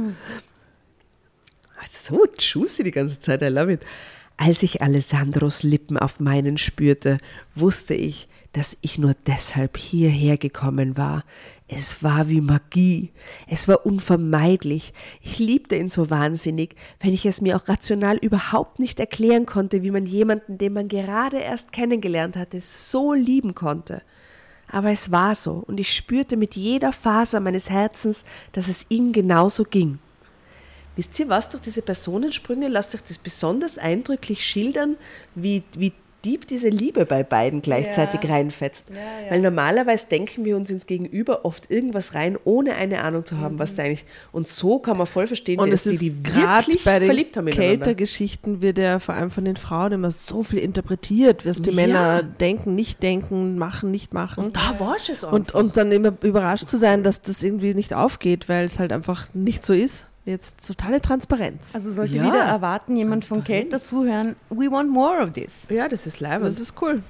So juicy die ganze Zeit, I love it. Als ich Alessandros Lippen auf meinen spürte, wusste ich, dass ich nur deshalb hierher gekommen war. Es war wie Magie. Es war unvermeidlich. Ich liebte ihn so wahnsinnig, wenn ich es mir auch rational überhaupt nicht erklären konnte, wie man jemanden, den man gerade erst kennengelernt hatte, so lieben konnte. Aber es war so und ich spürte mit jeder Faser meines Herzens, dass es ihm genauso ging. Wisst ihr was, durch diese Personensprünge lasst euch das besonders eindrücklich schildern, wie, wie deep diese Liebe bei beiden gleichzeitig Ja. reinfetzt. Ja, ja. Weil normalerweise denken wir uns ins Gegenüber oft irgendwas rein, ohne eine Ahnung zu haben, was da eigentlich... Und so kann man voll verstehen, Und dass es die, ist die gerade wirklich bei den verliebt haben ineinander. Kältergeschichten wird ja vor allem von den Frauen immer so viel interpretiert, was die Ja. Männer denken, nicht denken, machen, nicht machen. Da war es auch. Und, und dann immer überrascht zu sein, dass das irgendwie nicht aufgeht, weil es halt einfach nicht so ist. Jetzt totale Transparenz. Also sollte Ja. wieder erwarten, jemand von Kelter zuhören, we want more of this. Ja, das ist leibend. Das ist cool.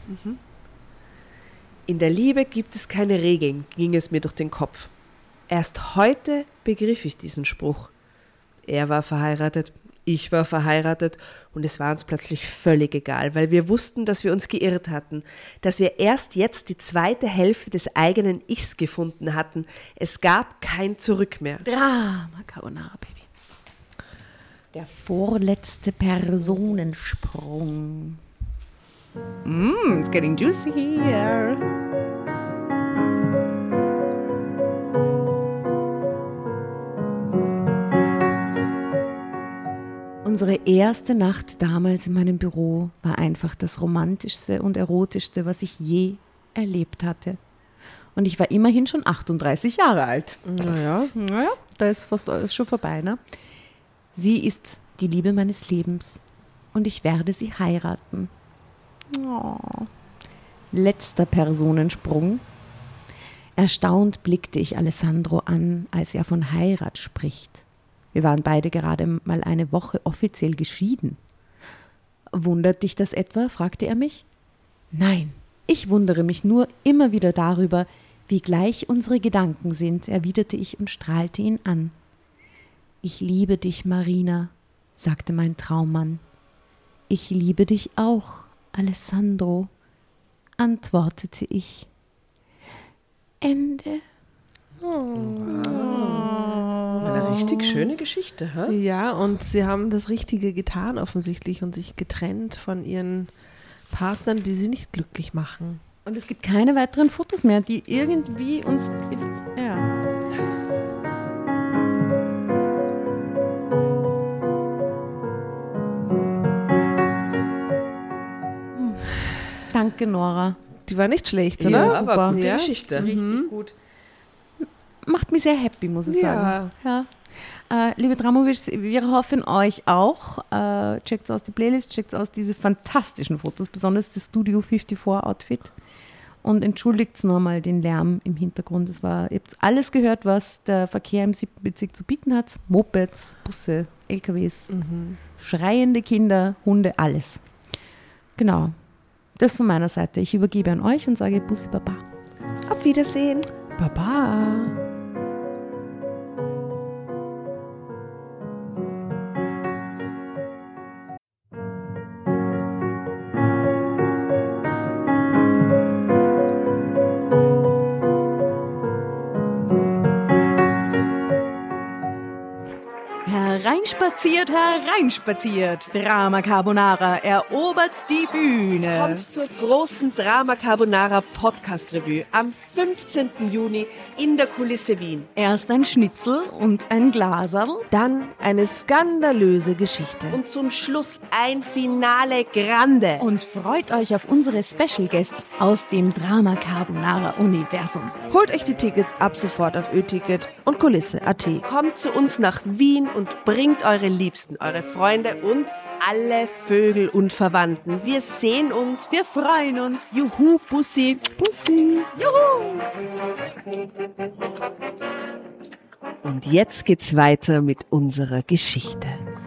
In der Liebe gibt es keine Regeln, ging es mir durch den Kopf. Erst heute begriff ich diesen Spruch. Er war verheiratet, ich war verheiratet und es war uns plötzlich völlig egal, weil wir wussten, dass wir uns geirrt hatten, dass wir erst jetzt die zweite Hälfte des eigenen Ichs gefunden hatten. Es gab kein Zurück mehr. Drama Carbonara, Baby. Der vorletzte Personensprung. Mm, it's getting juicy here. Unsere erste Nacht damals in meinem Büro war einfach das romantischste und erotischste, was ich je erlebt hatte. Und ich war immerhin schon achtunddreißig Jahre alt. Naja, Naja, da ist fast alles schon vorbei, ne? Sie ist die Liebe meines Lebens und ich werde sie heiraten. Oh. Letzter Personensprung. Erstaunt blickte ich Alessandro an, als er von Heirat spricht. Wir waren beide gerade mal eine Woche offiziell geschieden. Wundert dich das etwa? Fragte er mich. Nein, ich wundere mich nur immer wieder darüber, wie gleich unsere Gedanken sind, erwiderte ich und strahlte ihn an. Ich liebe dich, Marina, sagte mein Traummann. Ich liebe dich auch, Alessandro, antwortete ich. Ende. Eine richtig schöne Geschichte, hä? ja, und sie haben das Richtige getan offensichtlich und sich getrennt von ihren Partnern, die sie nicht glücklich machen. Und es gibt keine weiteren Fotos mehr, die irgendwie uns... Ja. Hm. Danke, Nora. Die war nicht schlecht, oder? Ja, aber gute Ja. Geschichte. Richtig gut. Macht mich sehr happy, muss ich Ja. sagen. Ja. Äh, liebe Dramovics, wir hoffen euch auch. Äh, checkt aus die Playlist, checkt aus diese fantastischen Fotos, besonders das Studio vierundfünfzig Outfit. Und entschuldigt nochmal den Lärm im Hintergrund. Es war, ihr habt alles gehört, was der Verkehr im siebten Bezirk zu bieten hat. Mopeds, Busse, L K Ws, Mhm. schreiende Kinder, Hunde, alles. Genau. Das von meiner Seite. Ich übergebe an euch und sage Bussi Baba. Auf Wiedersehen. Baba. Hereinspaziert, hereinspaziert. Drama Carbonara erobert die Bühne. Kommt zur großen Drama Carbonara Podcast Revue am fünfzehnten Juni in der Kulisse Wien. Erst ein Schnitzel und ein Glaserl. Dann eine skandalöse Geschichte. Und zum Schluss ein Finale Grande. Und freut euch auf unsere Special Guests aus dem Drama Carbonara Universum. Holt euch die Tickets ab sofort auf Ö-Ticket und Kulisse Punkt a t. Kommt zu uns nach Wien und bringt eure Liebsten, eure Freunde und alle Vögel und Verwandten. Wir sehen uns. Wir freuen uns. Juhu, Bussi. Bussi. Juhu! Und jetzt geht's weiter mit unserer Geschichte.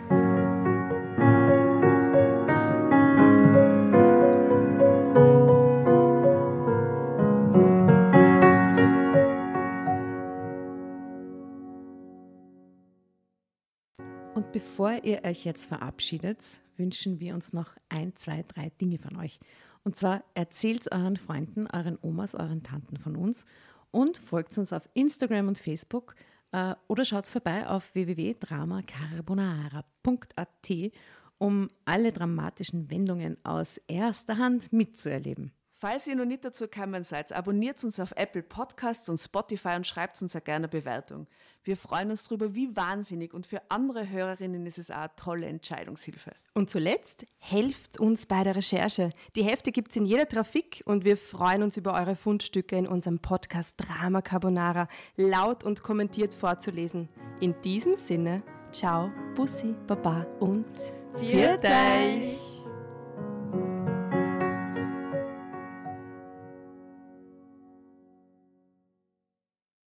Und bevor ihr euch jetzt verabschiedet, wünschen wir uns noch ein, zwei, drei Dinge von euch. Und zwar erzählt euren Freunden, euren Omas, euren Tanten von uns und folgt uns auf Instagram und Facebook äh, oder schaut vorbei auf w w w punkt drama carbonara punkt a t, um alle dramatischen Wendungen aus erster Hand mitzuerleben. Falls ihr noch nicht dazu gekommen seid, abonniert uns auf Apple Podcasts und Spotify und schreibt uns auch gerne eine Bewertung. Wir freuen uns darüber wie wahnsinnig und für andere Hörerinnen ist es auch eine tolle Entscheidungshilfe. Und zuletzt, helft uns bei der Recherche. Die Hefte gibt es in jeder Trafik und wir freuen uns über eure Fundstücke in unserem Podcast Drama Carbonara laut und kommentiert vorzulesen. In diesem Sinne, ciao, Bussi, Baba und Viert euch!